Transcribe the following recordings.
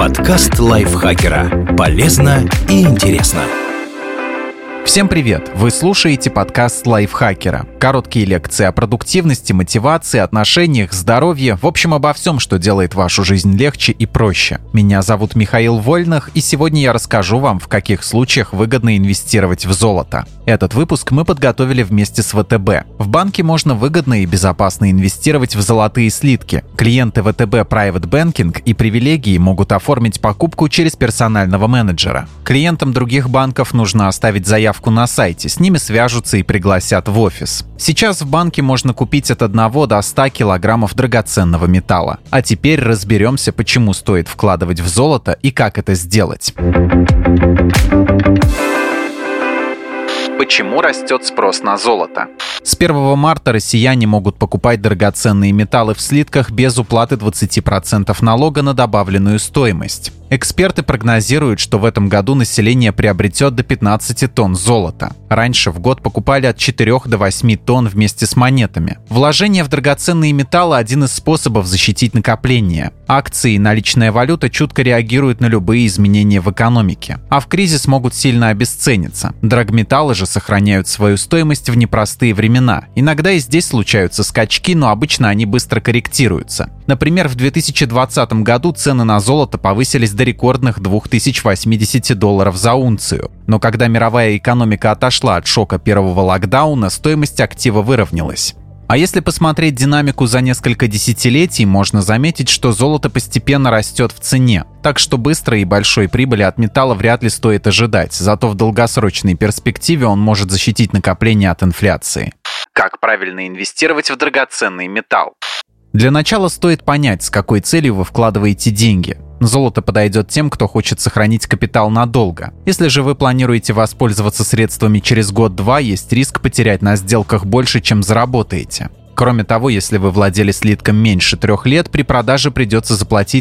Подкаст лайфхакера. Полезно и интересно. Всем привет! Вы слушаете подкаст лайфхакера. Короткие лекции о продуктивности, мотивации, отношениях, здоровье, в общем, обо всем, что делает вашу жизнь легче и проще. Меня зовут Михаил Вольных, и сегодня я расскажу вам, в каких случаях выгодно инвестировать в золото. Этот выпуск мы подготовили вместе с ВТБ. В банке можно выгодно и безопасно инвестировать в золотые слитки. Клиенты ВТБ Private Banking и привилегии могут оформить покупку через персонального менеджера. Клиентам других банков нужно оставить заявку на сайте, с ними свяжутся и пригласят в офис. Сейчас в банке можно купить от 1 до 100 килограммов драгоценного металла. А теперь разберемся, почему стоит вкладывать в золото и как это сделать. Почему растет спрос на золото? С 1 марта россияне могут покупать драгоценные металлы в слитках без уплаты 20% налога на добавленную стоимость. Эксперты прогнозируют, что в этом году население приобретет до 15 тонн золота. Раньше в год покупали от 4 до 8 тонн вместе с монетами. Вложение в драгоценные металлы – один из способов защитить накопление. Акции и наличная валюта чутко реагируют на любые изменения в экономике, а в кризис могут сильно обесцениться. Драгметаллы же сохраняют свою стоимость в непростые времена. Иногда и здесь случаются скачки, но обычно они быстро корректируются. Например, в 2020 году цены на золото повысились до рекордных $2080 за унцию. Но когда мировая экономика отошла от шока первого локдауна, стоимость актива выровнялась. А если посмотреть динамику за несколько десятилетий, можно заметить, что золото постепенно растет в цене. Так что быстрой и большой прибыли от металла вряд ли стоит ожидать, зато в долгосрочной перспективе он может защитить накопление от инфляции. Как правильно инвестировать в драгоценный металл? Для начала стоит понять, с какой целью вы вкладываете деньги. Золото подойдет тем, кто хочет сохранить капитал надолго. Если же вы планируете воспользоваться средствами через год-два, есть риск потерять на сделках больше, чем заработаете. Кроме того, если вы владели слитком меньше 3 лет, при продаже придется заплатить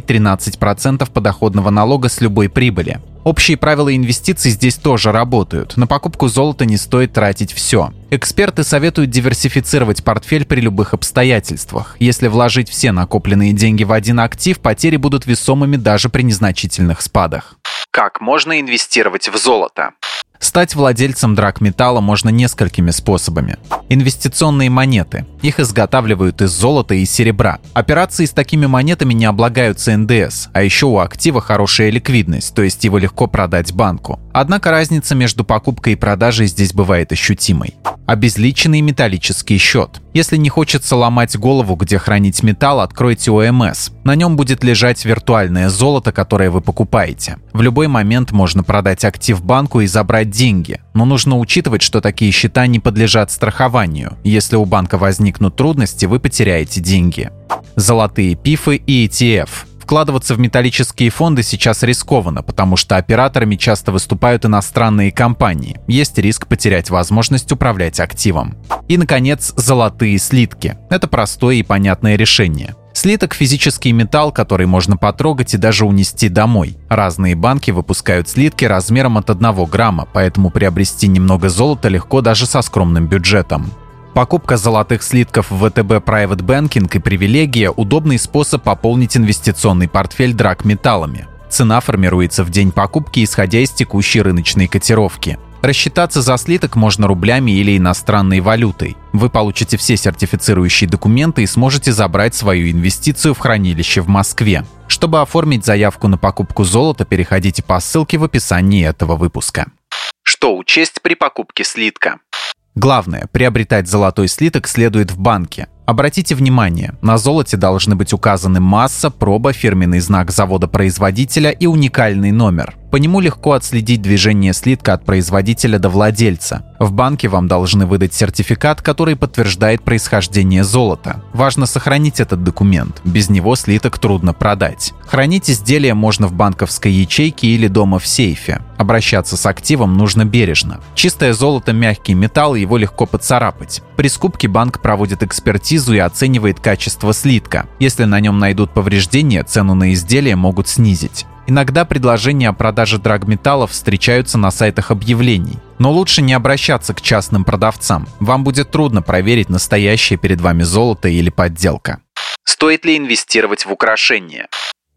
13% подоходного налога с любой прибыли. Общие правила инвестиций здесь тоже работают. На покупку золота не стоит тратить все. Эксперты советуют диверсифицировать портфель при любых обстоятельствах. Если вложить все накопленные деньги в один актив, потери будут весомыми даже при незначительных спадах. Как можно инвестировать в золото? Стать владельцем драгметалла можно несколькими способами. Инвестиционные монеты. Их изготавливают из золота и серебра. Операции с такими монетами не облагаются НДС, а еще у актива хорошая ликвидность, то есть его легко продать банку. Однако разница между покупкой и продажей здесь бывает ощутимой. Обезличенный металлический счет. Если не хочется ломать голову, где хранить металл, откройте ОМС. На нем будет лежать виртуальное золото, которое вы покупаете. В любой момент можно продать актив банку и забрать деньги. Но нужно учитывать, что такие счета не подлежат страхованию. Если у банка возникнут трудности, вы потеряете деньги. Золотые пифы и ETF. Вкладываться в металлические фонды сейчас рискованно, потому что операторами часто выступают иностранные компании. Есть риск потерять возможность управлять активом. И, наконец, золотые слитки. Это простое и понятное решение. Слиток – физический металл, который можно потрогать и даже унести домой. Разные банки выпускают слитки размером от 1 грамма, поэтому приобрести немного золота легко даже со скромным бюджетом. Покупка золотых слитков в ВТБ Private Banking и привилегия – удобный способ пополнить инвестиционный портфель драгметаллами. Цена формируется в день покупки, исходя из текущей рыночной котировки. Рассчитаться за слиток можно рублями или иностранной валютой. Вы получите все сертифицирующие документы и сможете забрать свою инвестицию в хранилище в Москве. Чтобы оформить заявку на покупку золота, переходите по ссылке в описании этого выпуска. Что учесть при покупке слитка? Главное, приобретать золотой слиток следует в банке. Обратите внимание, на золоте должны быть указаны масса, проба, фирменный знак завода-производителя и уникальный номер. По нему легко отследить движение слитка от производителя до владельца. В банке вам должны выдать сертификат, который подтверждает происхождение золота. Важно сохранить этот документ, без него слиток трудно продать. Хранить изделие можно в банковской ячейке или дома в сейфе. Обращаться с активом нужно бережно. Чистое золото – мягкий металл, его легко поцарапать. При скупке банк проводит экспертизу и оценивает качество слитка. Если на нем найдут повреждения, цену на изделие могут снизить. Иногда предложения о продаже драгметаллов встречаются на сайтах объявлений. Но лучше не обращаться к частным продавцам. Вам будет трудно проверить, настоящее перед вами золото или подделка. Стоит ли инвестировать в украшения?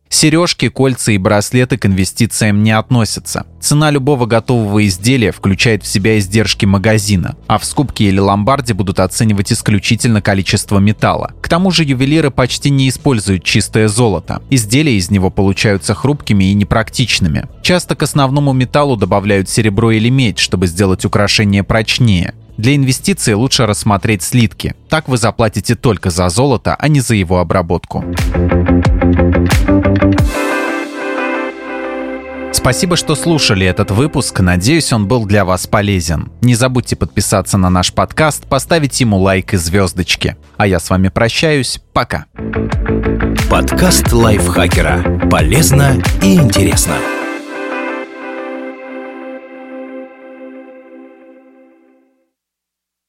Сережки, кольца и браслеты к инвестициям не относятся. Цена любого готового изделия включает в себя издержки магазина, а в скупке или ломбарде будут оценивать исключительно количество металла. К тому же ювелиры почти не используют чистое золото. Изделия из него получаются хрупкими и непрактичными. Часто к основному металлу добавляют серебро или медь, чтобы сделать украшение прочнее. Для инвестиций лучше рассмотреть слитки. Так вы заплатите только за золото, а не за его обработку. Спасибо, что слушали этот выпуск. Надеюсь, он был для вас полезен. Не забудьте подписаться на наш подкаст, поставить ему лайк и звездочки. А я с вами прощаюсь. Пока. Подкаст лайфхакера. Полезно и интересно.